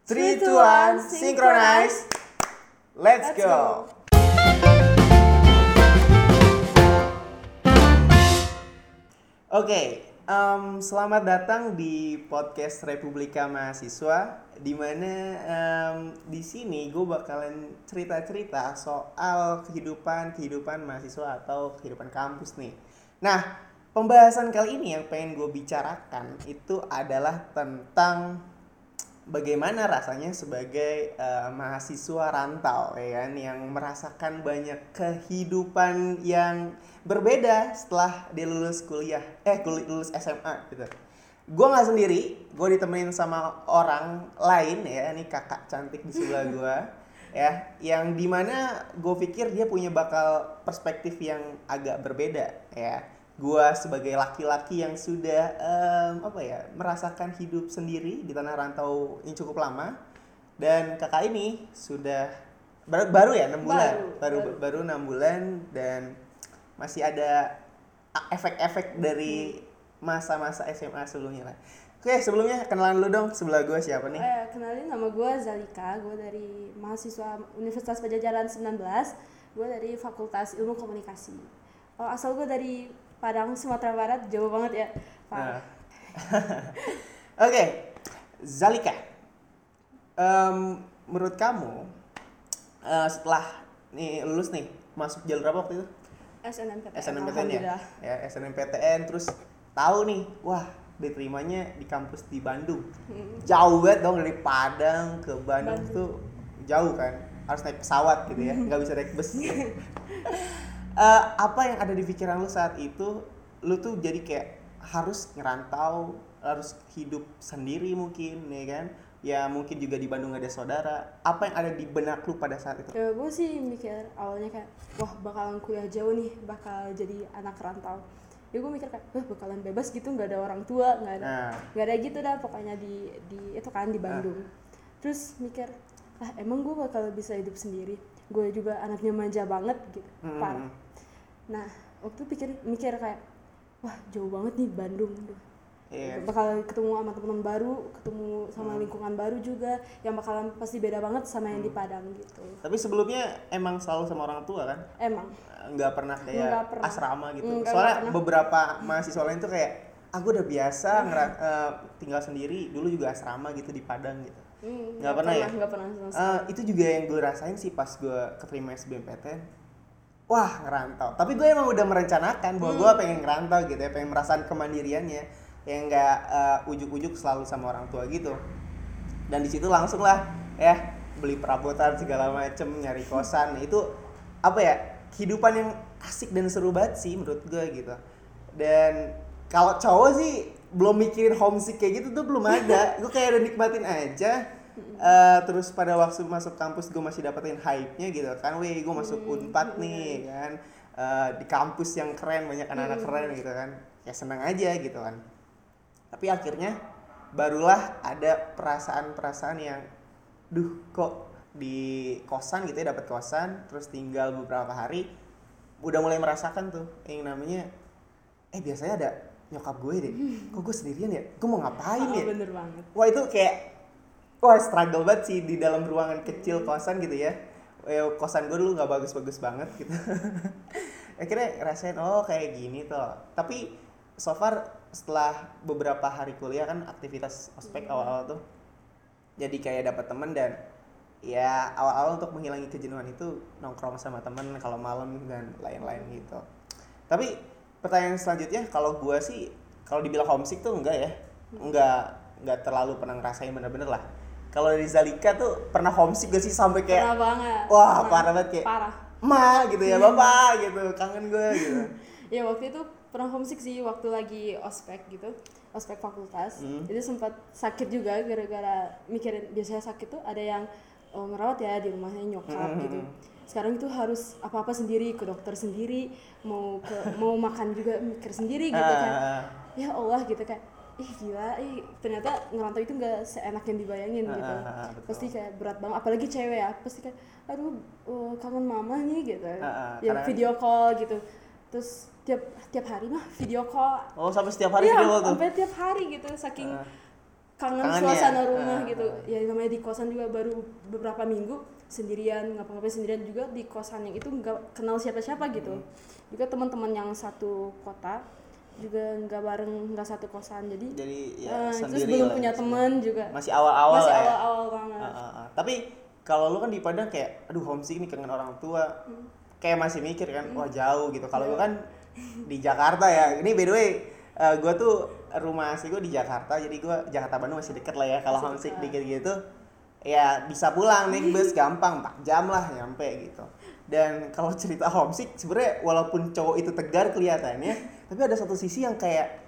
3, 2, 1, synchronize. Let's go. Oke, selamat datang di podcast Republika Mahasiswa, di mana di sini gue bakalan cerita-cerita soal kehidupan mahasiswa atau kehidupan kampus nih. Nah, pembahasan kali ini yang pengen gue bicarakan itu adalah tentang bagaimana rasanya sebagai mahasiswa rantau, ya kan, yang merasakan banyak kehidupan yang berbeda setelah dia lulus lulus SMA gitu. Gue nggak sendiri, gue ditemenin sama orang lain ya, ini kakak cantik di sebelah gue ya, yang dimana gue pikir dia punya bakal perspektif yang agak berbeda ya. Gua sebagai laki-laki yang sudah merasakan hidup sendiri di tanah rantau yang cukup lama, dan kakak ini sudah baru ya 6 bulan baru 6 bulan dan masih ada efek-efek dari masa-masa SMA sebelumnya lah. Oke, sebelumnya kenalan lu dong, sebelah gue siapa nih? Kenalin, nama gue Zalika, gue dari mahasiswa Universitas Pajajaran 19, gue dari Fakultas Ilmu Komunikasi. Asal gue dari Padang, Sumatera Barat, jauh banget ya, Pak. Oke, Zalika, menurut kamu setelah nih lulus nih, masuk jalur apa waktu itu? SNMPTN ya, SNMPTN, terus tahu nih, wah diterimanya di kampus di Bandung. Jauh banget dong, dari Padang ke Bandung tuh jauh kan, harus naik pesawat gitu ya, nggak bisa naik bus. Apa yang ada di pikiran lu saat itu? Lu tuh jadi kayak harus ngerantau, harus hidup sendiri mungkin, ya kan? Ya mungkin juga di Bandung gak ada saudara. Apa yang ada di benak lu pada saat itu? Gue sih mikir awalnya kayak, wah bakalan kuliah jauh nih, bakal jadi anak rantau. Ya gue mikir kayak, wah bakalan bebas gitu, gak ada orang tua, gak ada gitu dah pokoknya di itu kan di Bandung. Terus mikir, emang gue bakal bisa hidup sendiri? Gue juga anaknya manja banget gitu, parah. Nah, waktu mikir kayak, wah jauh banget nih Bandung tuh. Yeah. Bakal ketemu sama teman baru, ketemu sama lingkungan baru juga, yang bakalan pasti beda banget sama yang di Padang gitu. Tapi sebelumnya emang selalu sama orang tua kan? Emang. Nggak pernah kayak asrama gitu. Soalnya beberapa mahasiswa lain tuh kayak, aku udah biasa tinggal sendiri, dulu juga asrama gitu di Padang gitu. Nggak pernah ya? Nggak pernah. Itu juga yang gue rasain sih pas gue keterima SBMPTN. Wah, ngerantau. Tapi gue emang udah merencanakan bahwa gue pengen ngerantau gitu ya, pengen merasakan kemandiriannya, yang nggak ujuk-ujuk selalu sama orang tua gitu. Dan di situ langsung lah ya beli perabotan segala macem, nyari kosan. Itu apa ya, kehidupan yang asik dan seru banget sih menurut gue gitu. Dan kalau cowok sih belum mikirin homesick kayak gitu tuh belum ada. Gue kayak udah nikmatin aja. Terus pada waktu masuk kampus gue masih dapetin hype-nya gitu kan, gue masuk Unpad nih kan, di kampus yang keren, banyak anak-anak keren gitu kan, ya seneng aja gitu kan. Tapi akhirnya barulah ada perasaan-perasaan yang, kok di kosan gitu ya, dapet kosan, terus tinggal beberapa hari, udah mulai merasakan tuh yang namanya, biasanya ada nyokap gue deh, kok gue sendirian ya, gue mau ngapain ya? Bener banget. Wah itu kayak, struggle banget sih di dalam ruangan kecil kosan gitu ya. Kosan gue dulu gak bagus-bagus banget gitu. Akhirnya ngerasain, kayak gini tuh. Tapi so far setelah beberapa hari kuliah kan, aktivitas ospek awal-awal tuh, jadi kayak dapat temen, dan ya awal-awal untuk menghilangi kejenuhan itu nongkrong sama temen kalau malam dan lain-lain gitu. Tapi pertanyaan selanjutnya, kalau gue sih, kalau dibilang homesick tuh enggak ya. Enggak terlalu pernah ngerasain bener-bener lah. Kalau dari Zalika tuh pernah homesick gak sih sampai kayak, pernah banget. Wah, parah banget kayak, parah. Ma gitu ya, bapak gitu, kangen gue gitu. Ya waktu itu pernah homesick sih waktu lagi ospek gitu, ospek fakultas. Itu sempat sakit juga gara-gara mikirin, biasanya sakit tuh ada yang ngerawat ya di rumahnya nyokap gitu. Sekarang itu harus apa-apa sendiri, ke dokter sendiri, mau makan juga mikir sendiri gitu kan. Ya Allah gitu kan. Gila, ternyata ngerantau itu nggak seenak yang dibayangin gitu. Pasti kayak berat banget, apalagi cewek ya, pasti kayak aduh kangen mama nih gitu. Ya video call gitu, terus tiap hari mah video call. Sampai setiap hari video call tuh? Sampai tiap hari gitu, saking kangen suasana rumah gitu. Ya namanya di kosan juga baru beberapa minggu sendirian, ngapa-ngapain sendirian juga di kosan yang itu nggak kenal siapa-siapa gitu. Juga teman-teman yang satu kota juga nggak bareng, nggak satu kosan, jadi ya terus belum punya teman juga, masih awal-awal masih ya. awal-awal banget. Tapi kalau lu kan di Padang kayak aduh homesick nih, kangen orang tua, kayak masih mikir kan wah jauh gitu. Kalau lu kan di Jakarta ya, ini by the way gue tuh rumah asli gue di Jakarta, jadi gue Jakarta Bandung masih deket lah ya. Kalau homesick dikit gitu ya bisa pulang naik bus gampang 4 jam lah nyampe gitu. Dan kalau cerita homesick sebenarnya walaupun cowok itu tegar kelihatannya, tapi ada satu sisi yang kayak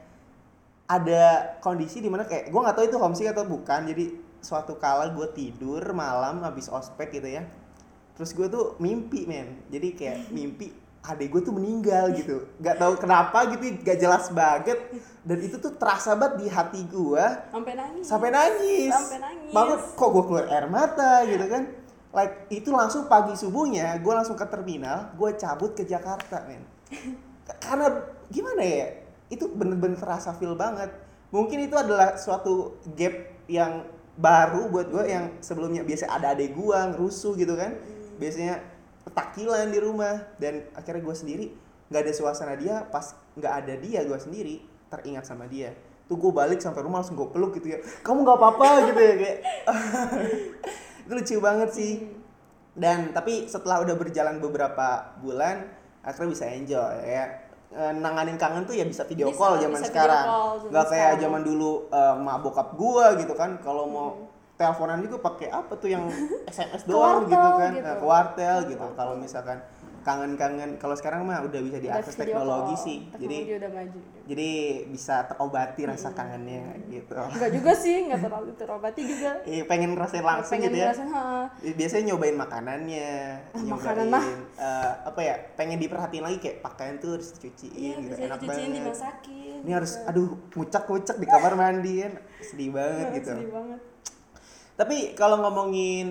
ada kondisi dimana kayak gue nggak tahu itu homesick atau bukan. Jadi suatu kala gue tidur malam habis ospek gitu ya, terus gue tuh mimpi jadi kayak mimpi adek gue tuh meninggal gitu, nggak tahu kenapa gitu, gak jelas banget, dan itu tuh terasa banget di hati gue sampai nangis banget, kok gue keluar air mata gitu kan. Like itu langsung pagi subuhnya gue langsung ke terminal, gue cabut ke Jakarta karena gimana ya, itu bener-bener terasa feel banget. Mungkin itu adalah suatu gap yang baru buat gue, yang sebelumnya biasa ada adek gue ngerusuh gitu kan, biasanya petakilan di rumah, dan akhirnya gue sendiri nggak ada suasana dia, pas nggak ada dia gue sendiri teringat sama dia. Tuh gue balik sampai rumah langsung gue peluk gitu ya, kamu nggak apa-apa gitu ya kayak itu lucu banget sih. Dan tapi setelah udah berjalan beberapa bulan akhirnya bisa enjoy ya, nanganin kangen tuh ya bisa video call zaman sekarang, nggak kayak zaman dulu mak bokap gua gitu kan, kalau mau teleponan juga pakai apa tuh yang SMS doang gitu kan, ke wartel gitu. Kalau misalkan kangen-kangen, kalau sekarang mah udah bisa diakses teknologi sih, jadi udah maju. Jadi bisa terobati rasa kangennya gitu. Enggak juga sih, enggak terlalu terobati juga. Pengen ngerasain langsung gitu ya. Biasanya nyobain makanannya, nyobain apa ya? Pengen diperhatiin lagi, kayak pakaian tuh harus dicuciin gitu, enak banget. Dimasakin. Ini harus ngucak-ngucak di kamar mandi kan. Sedih banget gitu. Sedih banget. Tapi kalau ngomongin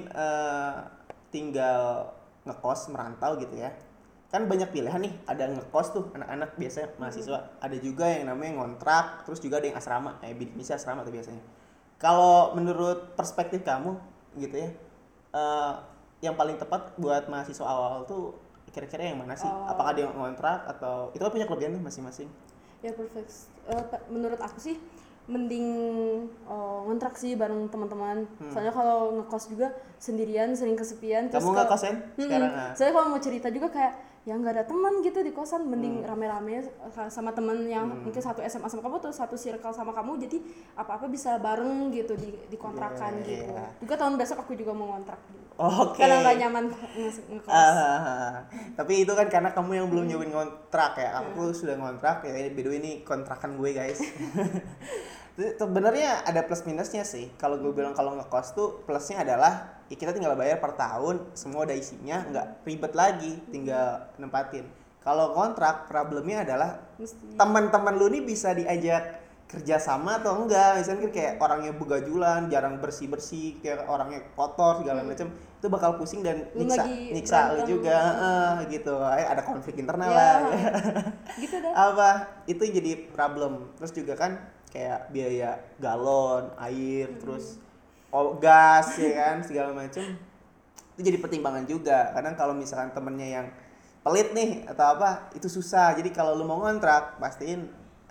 tinggal ngekos merantau gitu ya, kan banyak pilihan nih. Ada ngekos tuh anak-anak biasanya mahasiswa, ada juga yang namanya ngontrak, terus juga ada yang asrama, bidik misi asrama tuh biasanya. Kalau menurut perspektif kamu gitu ya, yang paling tepat buat mahasiswa awal tuh kira-kira yang mana sih? Apakah dia ngontrak atau itu kan punya kelebihan tuh masing-masing? Ya perfect. Menurut aku sih mending ngontrak sih bareng teman-teman. Soalnya kalau ngekos juga sendirian sering kesepian. Kamu ngekos kan sekarang? Saya kalau mau cerita juga kayak yang nggak ada teman gitu di kosan, mending rame-rame sama teman yang mungkin satu SMA sama kamu tuh, satu circle sama kamu, jadi apa-apa bisa bareng gitu di kontrakan gitu. Juga tahun besok aku juga mau ngontrak gitu. Karena nggak nyaman ngekos. Tapi itu kan karena kamu yang belum nyobain ngontrak ya. Aku sudah ngontrak ya. By the way ini kontrakan gue guys. Sebenarnya ada plus minusnya sih. Kalau gue bilang kalau ngekos tuh plusnya adalah ya kita tinggal bayar per tahun, semua ada isinya, nggak ribet lagi, tinggal nempatin. Kalau kontrak problemnya adalah teman-teman lu nih bisa diajak kerja sama atau enggak. Misalnya kayak orangnya begajulan, jarang bersih-bersih, kayak orangnya kotor segala macam, itu bakal pusing dan nyiksa lu juga gitu. Ada konflik internal lah. Gitu dah. Apa itu jadi problem. Terus juga kan kayak biaya galon, air, terus gas ya kan, segala macam. Itu jadi pertimbangan juga. Kadang kalau misalkan temennya yang pelit nih atau apa, itu susah. Jadi kalau lu mau ngontrak, pastiin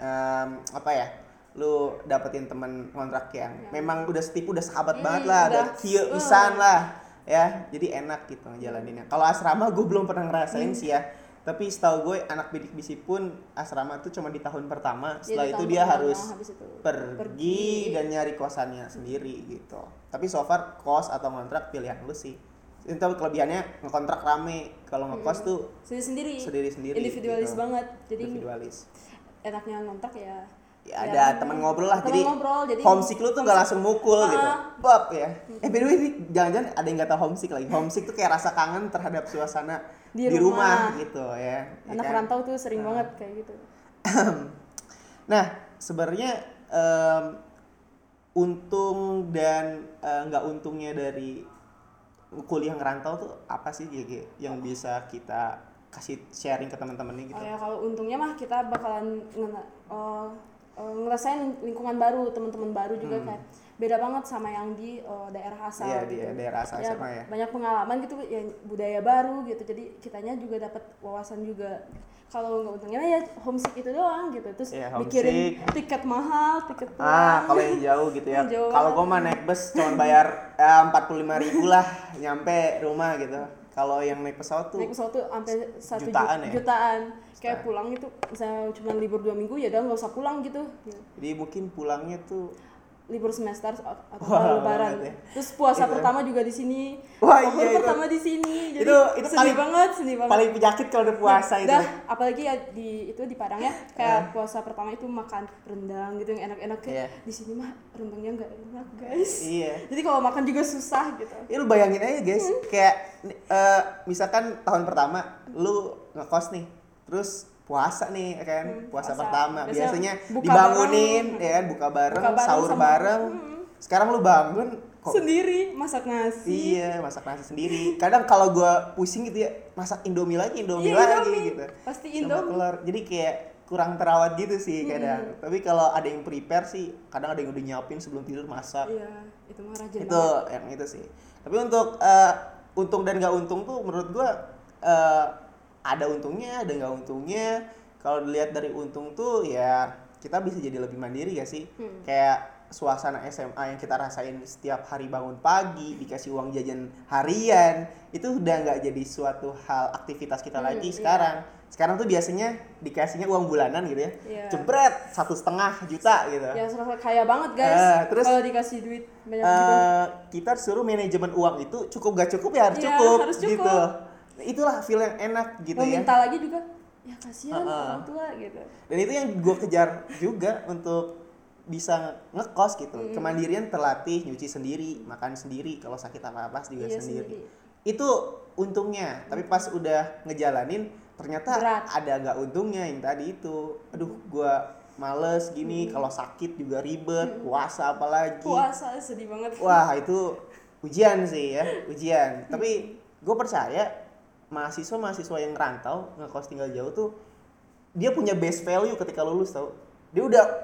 lu dapetin temen ngontrak yang memang udah setipu, udah sahabat banget lah, udah kieu pisan lah ya. Jadi enak gitu ngejalaninnya. Kalau asrama gue belum pernah ngerasain sih ya. Tapi setahu gue anak bidik misi pun asrama tuh cuma di tahun pertama. Setelah itu dia harus pergi dan nyari kosannya sendiri gitu. Tapi so far kos atau ngontrak pilihan lu sih. Itu kelebihannya ngekontrak rame. Kalau ngekos tuh sendiri-sendiri. Individualis gitu. Banget. Jadi individualis. Enaknya ngontrak ya ada teman ngobrol lah, jadi homesick lu tuh nggak langsung mukul gitu, bab ya. By the way ini jangan-jangan ada yang nggak tahu homesick lagi. Homesick tuh kayak rasa kangen terhadap suasana di rumah gitu ya. Anak rantau tuh sering banget kayak gitu. Nah sebenarnya untung dan nggak untungnya dari kuliah ngerantau tuh apa sih yang bisa kita kasih sharing ke teman-teman gitu? Ya kalau untungnya mah kita bakalan ngerasain lingkungan baru, teman-teman baru juga kayak beda banget sama yang di daerah asal Iya, gitu. di daerah asal Ya, SMA ya. banyak pengalaman gitu ya, budaya baru gitu, jadi kitanya juga dapat wawasan juga. Kalau nggak untungnya ya homesick itu doang gitu, terus Iya, mikirin homesick. tiket mahal, tiket pulang. Kalau yang jauh gitu ya. Yang jauh Kalau banget. gue mah naik bus cuma bayar 45.000 lah nyampe rumah gitu. Kalau yang naik pesawat tuh Naik pesawat tuh sampai 1 jutaan ya? jutaan. Kayak pulang itu misalnya cuma libur 2 minggu ya udah nggak usah pulang gitu. jadi mungkin pulangnya tuh Libur semester atau Wah, lebaran. banget ya. Terus puasa Itu. pertama juga di sini. Wah, Sahur iya, itu. pertama di sini. Jadi Itu sedih banget. paling penyakit kalau udah puasa itu. Dah, apalagi ya di Padang ya, kayak puasa pertama itu makan rendang gitu yang enak-enak. Iya. Di sini mah rendangnya nggak enak, guys. Iya. Jadi kalau makan juga susah gitu. Ya lu bayangin aja guys, kayak misalkan tahun pertama lu ngekos nih, terus puasa nih ya kan, puasa puasa. pertama biasanya Buka dibangunin bareng. ya kan, buka bareng, Buka bareng sahur sama- bareng. Sekarang lu bangun kok Sendiri masak nasi. iya, masak nasi sendiri. Kadang kalau gua pusing gitu ya, masak Indomie lagi Iya, lagi Indomie. gitu. Pasti Sama Indomie. telur. Jadi kayak kurang terawat gitu sih kadang. Tapi kalau ada yang prepare sih, kadang ada yang udah nyiapin sebelum tidur masak. Iya, itu mah rajin Itu banget. yang itu sih. Tapi untuk untung dan nggak untung tuh menurut gua ada untungnya, ada nggak untungnya. Kalau dilihat dari untung tuh ya kita bisa jadi lebih mandiri ya sih. Kayak suasana SMA yang kita rasain setiap hari bangun pagi, dikasih uang jajan harian, itu udah nggak jadi suatu hal aktivitas kita lagi sekarang. Sekarang tuh biasanya dikasihnya uang bulanan gitu ya, Iya. jebret 1,5 juta gitu. Ya serasa kaya banget guys. Terus, kalau dikasih duit banyak gitu. Kita suruh manajemen uang itu cukup gak cukup ya harus Iya, cukup, harus cukup. gitu. Itulah feel yang enak gitu Mau ya. minta lagi juga, ya kasihan orang tua gitu. Dan itu yang gue kejar juga untuk bisa ngekos gitu. Kemandirian terlatih, nyuci sendiri, makan sendiri, kalau sakit apa-apa juga Iya, sendiri. sendiri. Itu untungnya, tapi pas udah ngejalanin ternyata Berat. ada nggak untungnya yang tadi itu. Aduh, gue males gini, kalau sakit juga ribet, puasa apalagi. Puasa sedih banget. Wah, itu ujian sih ya, ujian. Tapi gue percaya mahasiswa yang ngerantau, ngekos tinggal jauh tuh dia punya base value ketika lulus tau. Dia udah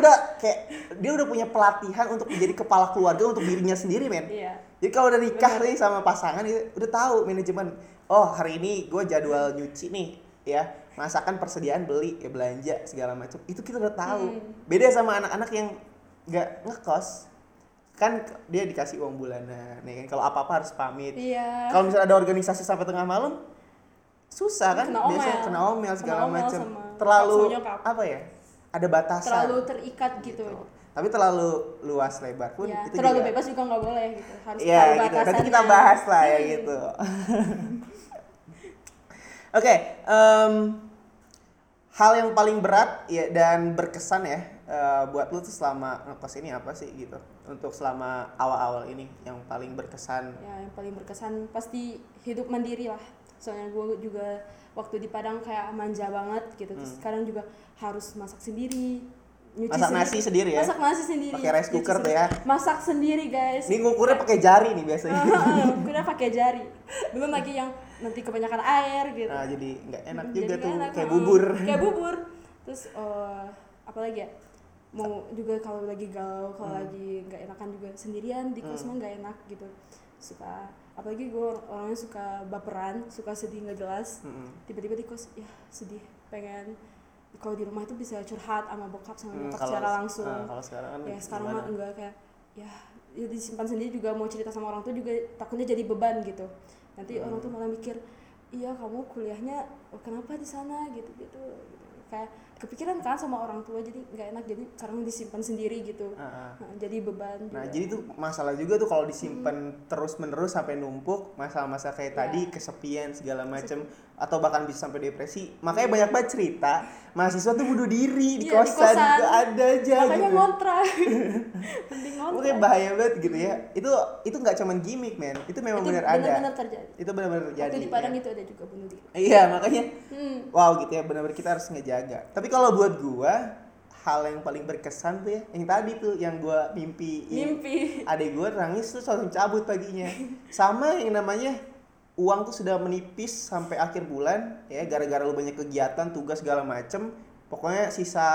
dia udah punya pelatihan untuk menjadi kepala keluarga untuk dirinya sendiri, men. Iya. Jadi kalau udah nikah nih sama pasangan dia udah tahu manajemen. Oh, hari ini gue jadwal nyuci nih, ya. Masakan persediaan beli, ya belanja segala macam. Itu kita udah tahu. Beda sama anak-anak yang nggak ngekos. Kan dia dikasih uang bulanan, ya kan. Kalau apa-apa harus pamit. Iya. Kalau misalnya ada organisasi sampai tengah malam, susah kan? Kena omel. Biasanya kena omel segala Kena omel macam. sama Terlalu paksa nyokap. apa ya? Ada batasan. Terlalu terikat gitu. Tapi terlalu luas lebar pun Ya, itu terlalu juga. bebas juga nggak boleh gitu. Harus Iya tahu gitu. Nanti batasannya. kita bahas lah ya gitu. Oke, hal yang paling berat ya dan berkesan ya buat lu tuh selama ngekos ini apa sih gitu? Untuk selama awal-awal ini yang paling berkesan. Ya, yang paling berkesan pasti hidup mandiri lah. Soalnya gue juga waktu di Padang kayak manja banget gitu. Terus sekarang juga harus masak sendiri, nyuci Masak nasi sendiri ya? Masak nasi sendiri. Pakai rice nyuci cooker tuh sendiri. ya? Masak sendiri guys. Ini ngukurnya pakai jari nih biasanya. Udah pakai jari. Belum lagi yang nanti kebanyakan air gitu. Nah, jadi nggak enak Jadi juga nggak tuh enak. kayak bubur. Kayak bubur. Terus apa lagi ya? Mau juga kalau lagi galau, kalau lagi nggak enakan juga sendirian di kos mah nggak enak gitu. Suka apalagi gue orangnya suka baperan, suka sedih nggak jelas. Tiba-tiba di kos ya sedih, pengen kalau di rumah itu bisa curhat sama bokap sama nyokap secara langsung. Kalau sekarang kan Ya sekarang gimana? mah enggak, kayak ya disimpan sendiri juga, mau cerita sama orang tua juga takutnya jadi beban gitu. Nanti orang tuh malah mikir, iya kamu kuliahnya kenapa di sana gitu. Kayak kepikiran kan sama orang tua, jadi nggak enak, jadi sekarang disimpan sendiri gitu. Nah, jadi beban Nah, juga. jadi tuh masalah juga tuh kalau disimpan terus-menerus sampai numpuk, masalah-masalah kayak tadi, kesepian segala macem, atau bahkan bisa sampai depresi. Makanya banyak banget cerita mahasiswa tuh bunuh diri di Iya, di kosan, kosan. juga ada aja Makanya gitu. ngontrak. Mending Makanya ngontrak. bahaya banget gitu ya. Itu nggak cuman gimmick, men. Itu memang Itu benar ada. benar-benar terjadi. Itu benar-benar terjadi. Waktu di Padang ya. itu ada juga bunuh diri. Iya, makanya wow gitu ya, benar-benar kita harus ngejaga. Tapi kalau buat gua, hal yang paling berkesan tuh ya, yang tadi tuh yang gua mimpi. Adek gua nangis tuh langsung cabut paginya. Sama yang namanya uang tuh sudah menipis sampai akhir bulan ya, gara-gara lu banyak kegiatan, tugas segala macem. Pokoknya sisa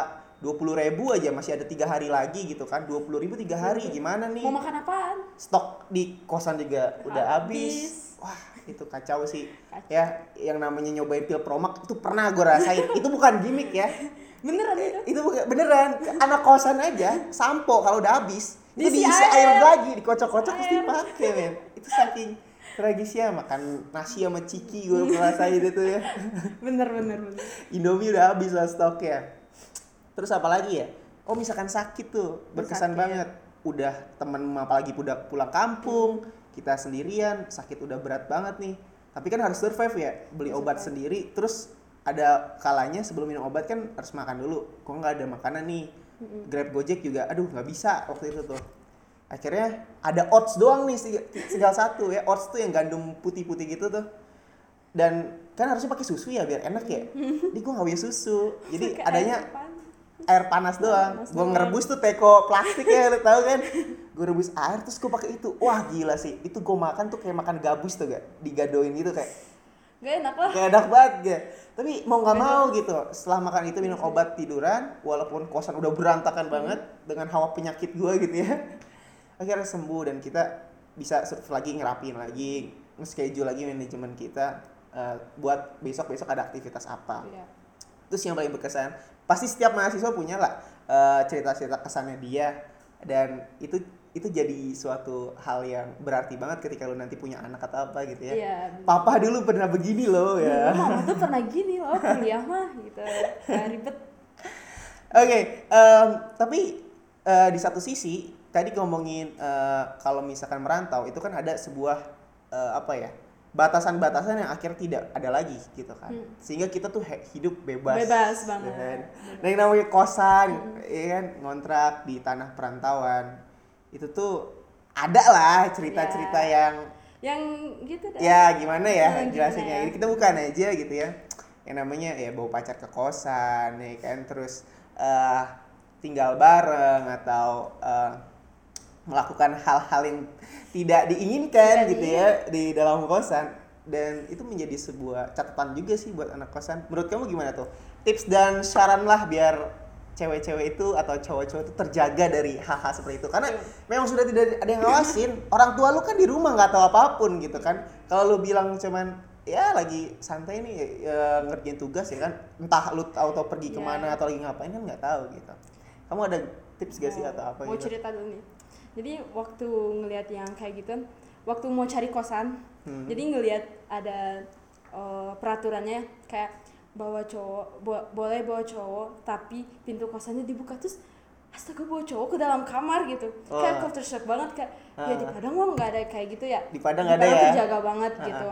20.000 aja, masih ada 3 hari lagi gitu kan. 20.000 3 hari, gimana nih? Mau makan apaan? Stok di kosan juga udah habis. Wah, itu kacau sih. Ya, yang namanya nyobain pil Promax itu pernah gue rasain. Itu bukan gimmick ya. Beneran itu? Itu beneran. Anak kosan aja, sampo kalau udah habis, itu Diisi diisi air lagi, dikocok-kocok terus dipakai, men. Itu saking tragisnya. Makan nasi sama ciki gue ngerasain itu ya. Bener. Indomie udah habis lah stoknya. Terus apa lagi ya? Oh, misalkan sakit tuh, berkesan banget. Udah temen apalagi udah pulang kampung, kita sendirian, sakit udah berat banget nih. Tapi kan harus survive ya, beli obat sendiri. Terus ada kalanya sebelum minum obat kan harus makan dulu. Kok nggak ada makanan nih? Grab Gojek juga, aduh nggak bisa waktu itu tuh. Akhirnya ada oats doang nih, tinggal satu ya. Oats tuh yang gandum putih-putih gitu tuh. Dan kan harusnya pakai susu ya biar enak ya. Jadi gue nggak punya susu. Jadi adanya air panas doang. Gue ngerebus tuh teko plastik ya, lo tau kan? Gue rebus air terus gue pakai itu. Wah gila sih. Itu gue makan tuh kayak makan gabus tuh gak? Digadoin gitu kayak. Gak enak lah. Gak enak banget ya. Tapi mau nggak mau gitu. Setelah makan itu minum obat tiduran, walaupun kosan udah berantakan banget dengan hawa penyakit gue gitu ya. Akhirnya sembuh dan kita bisa lagi ngerapiin lagi, nge-schedule lagi manajemen kita buat besok-besok ada aktivitas apa. Iya. Terus yang paling berkesan, pasti setiap mahasiswa punya lah cerita-cerita kesannya dia, dan itu jadi suatu hal yang berarti banget ketika lu nanti punya anak atau apa gitu ya. Iya. Papa dulu pernah begini loh ya. Mama tuh pernah gini loh kuliah mah gitu. Ribet. Oke, tapi di satu sisi tadi ngomongin kalau misalkan merantau itu kan ada sebuah batasan-batasan yang akhirnya tidak ada lagi gitu kan. Sehingga kita tuh hidup bebas. Bebas banget. Kan? Nah, yang namanya kosan, ya kan, ngontrak di tanah perantauan. Itu tuh ada lah cerita-cerita yang gitu dah. Ya, gimana ya Ya. jelasinnya. Jadi kita bukan aja gitu ya. Yang namanya ya bawa pacar ke kosan, ya kan, terus tinggal bareng atau melakukan hal-hal yang tidak diinginkan gitu ya di dalam kosan, dan itu menjadi sebuah catatan juga sih buat anak kosan. Menurut kamu gimana tuh? Tips dan saran lah biar cewek-cewek itu atau cowok-cowok itu terjaga dari hal-hal seperti itu, karena memang sudah tidak ada yang ngawasin. Orang tua lu kan di rumah nggak tahu apapun gitu kan. Kalau lu bilang cuman ya lagi santai nih ngerjain tugas ya kan, entah lu atau pergi kemana atau lagi ngapain kan nggak tahu gitu. Kamu ada tips gak sih atau apa mau gitu? cerita dulu nih. Jadi waktu ngelihat yang kayak gitu, waktu mau cari kosan, jadi ngelihat ada peraturannya kayak boleh bawa cowok tapi pintu kosannya dibuka, terus astaga bawa cowok ke dalam kamar gitu. Kayak culture shock banget, kayak ya di Padang mah nggak ada kayak gitu ya. Di Padang nggak ada ya. Terjaga banget gitu.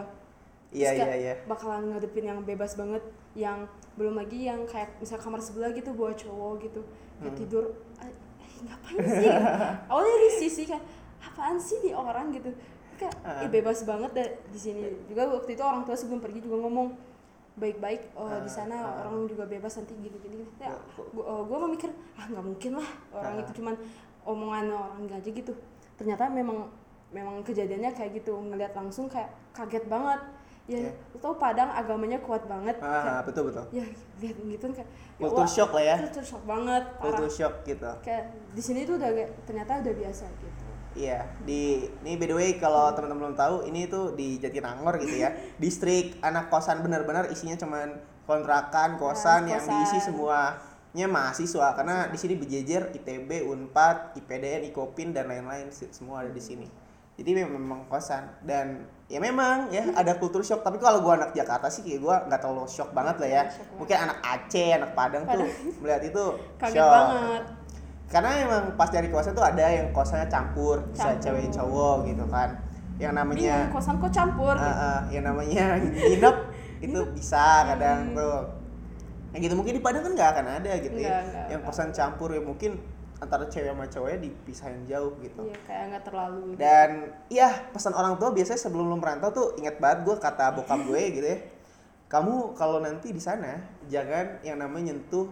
Iya. Bakalan ngadepin yang bebas banget, yang belum lagi yang kayak misal kamar sebelah gitu bawa cowok gitu, kayak tidur. Ngapain sih? Awalnya risih sih, kayak apaan sih di orang gitu. Kayak bebas banget di sini. Juga waktu itu orang tua sebelum pergi juga ngomong baik-baik, di sana orang juga bebas nanti gini-gini. Ya, gue memikir nggak mungkin lah orang itu cuman omongan orang aja gitu. Ternyata memang kejadiannya kayak gitu. Ngelihat langsung kayak kaget banget. Ya, lu tau Padang agamanya kuat banget. Betul. Ya, lihat gitu kan kayak Culture shock lah ya. Culture shock banget, parah. Culture shock gitu. Kayak di sini tuh ternyata udah biasa gitu. Iya, ini by the way kalau teman-teman belum tahu, ini tuh di Jatinangor gitu ya. Distrik anak kosan benar-benar isinya cuman kontrakan, kosan yang diisi semuanya mahasiswa, karena di sini berjejer ITB, Unpad, IPDN, IKOPIN dan lain-lain semua ada di sini. Jadi memang kosan, dan ya memang ya ada culture shock. Tapi kalau gua anak Jakarta sih kayak gua nggak terlalu shock banget lah ya. Mungkin anak Aceh, anak Padang tuh melihat itu kaget shock banget. Karena emang pas dari kosan tuh ada yang kosannya campur, bisa cewek cowok gitu kan. Yang namanya kosan kok campur. Yang namanya nginep itu bisa kadang tuh. Yang gitu mungkin di Padang kan nggak akan ada gitu ya. Yang kosan campur ya mungkin antara cewek sama cowoknya dipisahin jauh gitu. Iya, kayak nggak terlalu. Dan iya, pesan orang tua biasanya sebelum lu merantau tuh, ingat banget gue kata bokap gue gitu ya. Kamu kalau nanti di sana jangan yang namanya nyentuh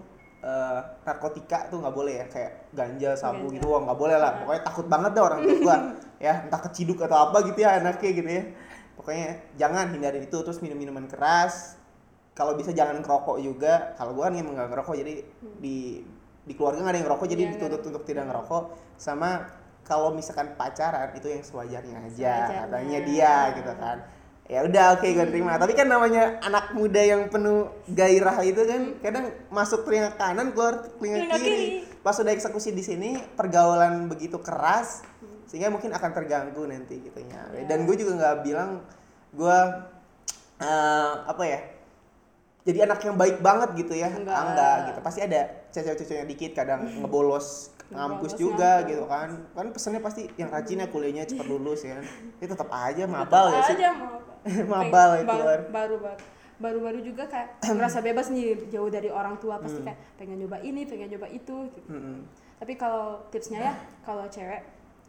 narkotika tuh nggak boleh ya, kayak ganja, sabu gitu, nggak boleh lah. Pokoknya takut banget deh orang tua gue ya, entah keciduk atau apa gitu ya anaknya gitu ya. Pokoknya jangan hindarin itu, terus minum-minuman keras. Kalau bisa jangan ngerokok juga. Kalau gue kan emang nggak ngerokok, jadi di keluarga nggak ada yang ngerokok jadi Iya, dituntut untuk tidak ngerokok, sama kalau misalkan pacaran itu yang sewajarnya aja katanya dia gitu kan. Ya udah oke, gue terima. Tapi kan namanya anak muda yang penuh gairah itu kan kadang masuk telinga kanan keluar telinga kiri. Pas udah eksekusi di sini pergaulan begitu keras sehingga mungkin akan terganggu nanti gitunya. Dan gue juga nggak bilang gue apa ya, jadi anak yang baik banget gitu ya. Enggak gitu. Pasti ada cewek-ceweknya dikit kadang ngebolos ngampus juga gitu kan. Kan pesannya pasti yang rajin ya, kuliahnya cepat lulus ya. Itu tetap aja mabal ya sih. Mabal itu baru-baru juga kayak merasa bebas nih jauh dari orang tua, pasti kayak pengen nyoba ini, pengen nyoba itu gitu. Tapi kalau tipsnya ya, kalau cewek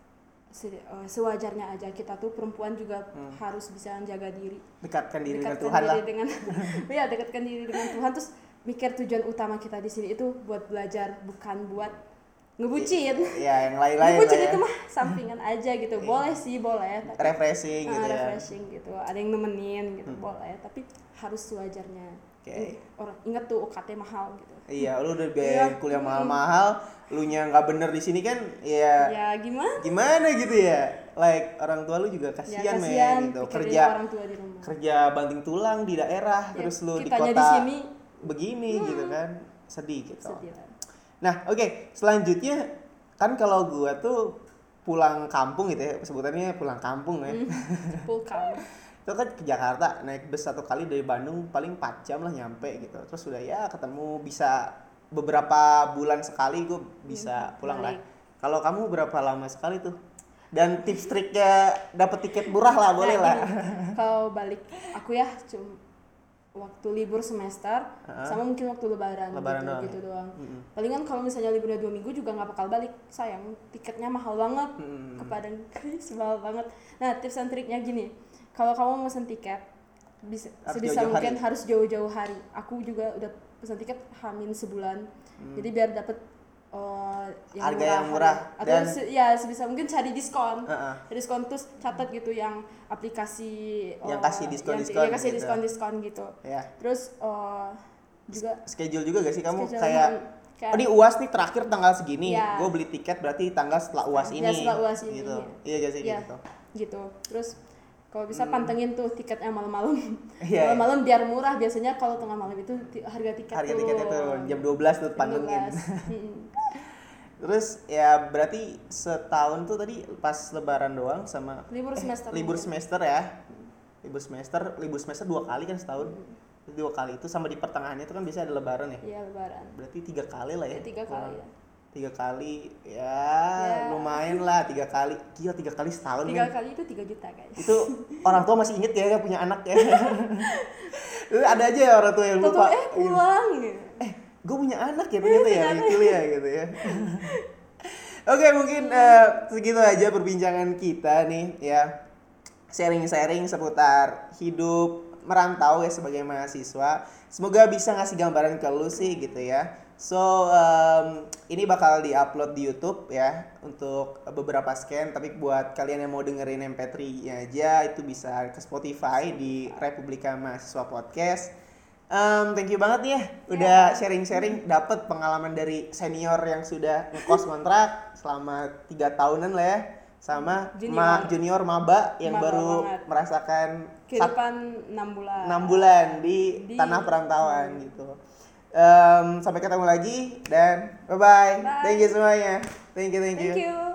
sewajarnya aja, kita tuh perempuan juga harus bisa menjaga diri, dekatkan diri dengan Tuhan lah. Ya, dekatkan diri dengan Tuhan, terus mikir tujuan utama kita di sini itu buat belajar, bukan buat ngebucin. Ya, yang lain-lain ngebucin lah ya. itu mah sampingan aja gitu. Boleh sih, boleh. Tapi, refreshing gitu ya. Refreshing gitu. Ada yang nemenin gitu, boleh. Tapi harus sewajarnya. Orang ingat tuh UKT mahal gitu. Iya, lu udah biayain kuliah mahal-mahal, lu nya nggak bener di sini kan, ya gimana gitu ya. Like orang tua lu juga kasihan men gitu. Kerja banting tulang di daerah, terus lu di kota di sini begini gitu kan. Sedih gitu. Nah, oke, selanjutnya kan kalau gua tuh pulang kampung gitu ya, sebutannya pulang kampung ya. Pulang. Itu kan ke Jakarta naik bus 1 kali dari Bandung paling 4 jam lah nyampe gitu. Terus udah ya ketemu bisa beberapa bulan sekali gue bisa pulang lah. Kalau kamu berapa lama sekali tuh? Dan tips triknya dapet tiket murah lah boleh lah. Kalau balik aku ya cuma waktu libur semester sama mungkin waktu lebaran gitu doang. Palingan kalau misalnya liburnya 2 minggu juga nggak bakal balik, sayang tiketnya mahal banget ke Padang, mahal banget. Nah tips and triknya gini, kalau kamu mesen tiket sebisa mungkin harus jauh-jauh hari. Aku juga udah pesan tiket hamin sebulan, jadi biar dapet harga yang murah. Atau sebisa mungkin cari diskon. Diskon terus catat gitu yang aplikasi yang kasih diskon gitu. Ya. Terus juga schedule juga gak sih kamu kayak ini UAS nih terakhir tanggal segini, gue beli tiket berarti tanggal setelah UAS ini. Setelah UAS ini. Gitu. Iya gak sih gitu. Gitu. Terus kalau bisa pantengin tuh tiketnya malam-malam. Malam-malam biar murah. Biasanya kalau tengah malam itu harga tiketnya tuh jam 12 tuh pantengin. Terus ya berarti setahun tuh tadi pas lebaran doang sama libur semester. Libur semester ya. Libur semester 2 kali kan setahun. 2 kali itu sama di pertengahannya itu kan biasanya ada lebaran ya. Iya, lebaran. Berarti 3 kali lah ya. 3 kali ya. 3 kali ya lumayan lah 3 kali. Gila 3 kali setahun. 3 kali itu 3 juta guys. Itu orang tua masih inget ya punya anak ya. Ada aja ya orang tua yang lupa. Pulang. Gue punya anak ya ternyata ya gitu ya gitu ya. Oke, mungkin segitu aja perbincangan kita nih ya. Sharing-sharing seputar hidup merantau ya sebagai mahasiswa. Semoga bisa ngasih gambaran ke lu sih gitu ya. So ini bakal diupload di YouTube ya untuk beberapa scan, tapi buat kalian yang mau dengerin MP3-nya aja itu bisa ke Spotify di Republika Mahasiswa Podcast. Thank you banget nih ya udah sharing-sharing, dapat pengalaman dari senior yang sudah ngekos kontrak selama 3 tahunan lah ya, sama junior maba yang baru merasakan kehidupan 6 bulan di tanah perantauan gitu. Sampai ketemu lagi dan bye. Thank you semuanya. Thank you.